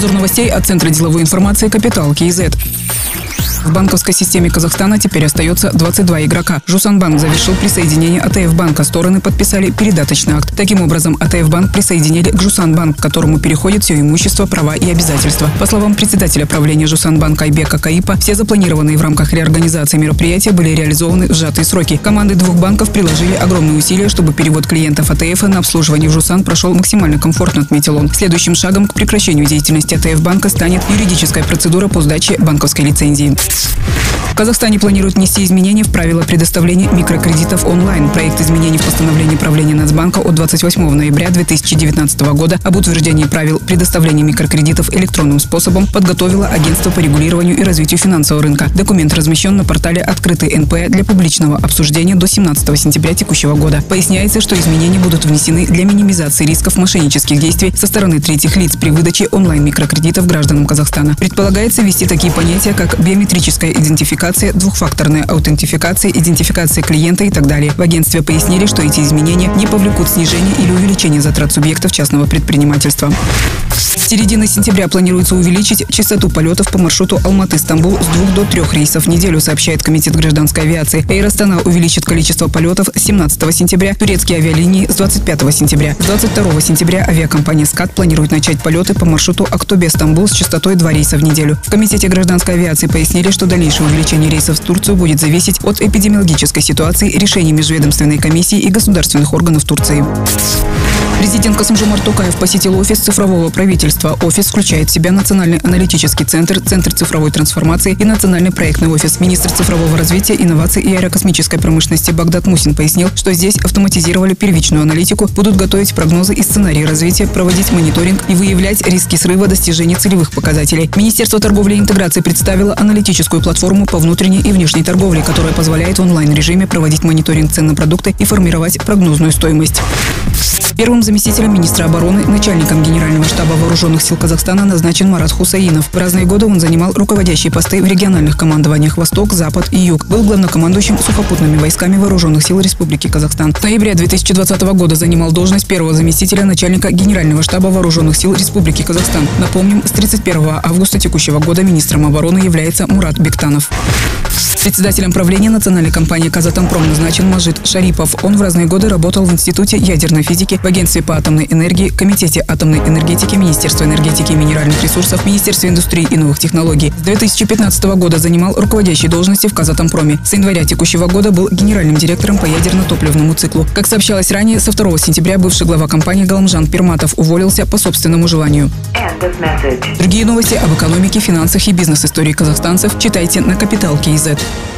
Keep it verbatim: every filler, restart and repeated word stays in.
Обзор новостей от Центра деловой информации «Капитал КИЗ». В банковской системе Казахстана теперь остается двадцать два игрока. Жусанбанк завершил присоединение АТФ-банка. Стороны подписали передаточный акт. Таким образом, АТФ-банк присоединили к Жусанбанк, к которому переходит все имущество, права и обязательства. По словам председателя правления Жусанбанка Айбека Каипа, все запланированные в рамках реорганизации мероприятия были реализованы в сжатые сроки. Команды двух банков приложили огромные усилия, чтобы перевод клиентов АТФ на обслуживание в Жусан прошел максимально комфортно, отметил он. Следующим шагом к прекращению деятельности АТФ-банка станет юридическая процедура по сдаче банковской лицензии. В Казахстане планируют внести изменения в правила предоставления микрокредитов онлайн. Проект изменений в постановлении правления Нацбанка от двадцать восьмого ноября две тысячи девятнадцатого года об утверждении правил предоставления микрокредитов электронным способом подготовило Агентство по регулированию и развитию финансового рынка. Документ размещен на портале «Открытый эн пэ» для публичного обсуждения до семнадцатого сентября текущего года. Поясняется, что изменения будут внесены для минимизации рисков мошеннических действий со стороны третьих лиц при выдаче онлайн-микрокредитов гражданам Казахстана. Предполагается ввести такие понятия, как биометрическая идентификация, двухфакторная аутентификация, идентификация клиента и так далее. В агентстве пояснили, что эти изменения не повлекут снижения или увеличения затрат субъектов частного предпринимательства. С середины сентября планируется увеличить частоту полетов по маршруту Алматы-Стамбул с двух до трех рейсов в неделю, сообщает Комитет гражданской авиации. Эйр Астана увеличит количество полетов с семнадцатого сентября, турецкие авиалинии с двадцать пятого сентября. С двадцать второго сентября авиакомпания «Скат» планирует начать полеты по маршруту Актобе-Стамбул с частотой два рейса в неделю. В Комитете гражданской авиации пояснили, что дальнейшее увеличение рейсов в Турцию будет зависеть от эпидемиологической ситуации, решений межведомственной комиссии и государственных органов Турции. Президент Касым-Жомарт Токаев посетил офис цифрового правительства. Офис включает в себя Национальный аналитический центр, Центр цифровой трансформации и Национальный проектный офис. Министр цифрового развития, инноваций и аэрокосмической промышленности Багдат Мусин пояснил, что здесь автоматизировали первичную аналитику, будут готовить прогнозы и сценарии развития, проводить мониторинг и выявлять риски срыва достижения целевых показателей. Министерство торговли и интеграции представило аналитическую платформу по внутренней и внешней торговле, которая позволяет в онлайн-режиме проводить мониторинг цен на продукты и формировать прогнозную стоимость. Первым заместителем министра обороны, начальником Генерального штаба Вооруженных сил Казахстана назначен Марат Хусаинов. В разные годы он занимал руководящие посты в региональных командованиях «Восток», «Запад» и «Юг». Был главнокомандующим сухопутными войсками Вооруженных сил Республики Казахстан. В ноябре две тысячи двадцатого года занимал должность первого заместителя начальника Генерального штаба Вооруженных сил Республики Казахстан. Напомним, с тридцать первого августа текущего года министром обороны является Мурат Бектанов. Председателем правления национальной компании «Казатомпром» назначен Мажид Шарипов. Он в разные годы работал в Институте ядерной физики, в Агентстве по атомной энергии, Комитете атомной энергетики, Министерстве энергетики и минеральных ресурсов, Министерстве индустрии и новых технологий. С две тысячи пятнадцатого года занимал руководящие должности в «Казатомпроме». С января текущего года был генеральным директором по ядерно-топливному циклу. Как сообщалось ранее, со второго сентября бывший глава компании Галамжан Пирматов уволился по собственному желанию. Другие новости об экономике, финансах и бизнес-истории казахстанцев читайте на Капитал КИЗ.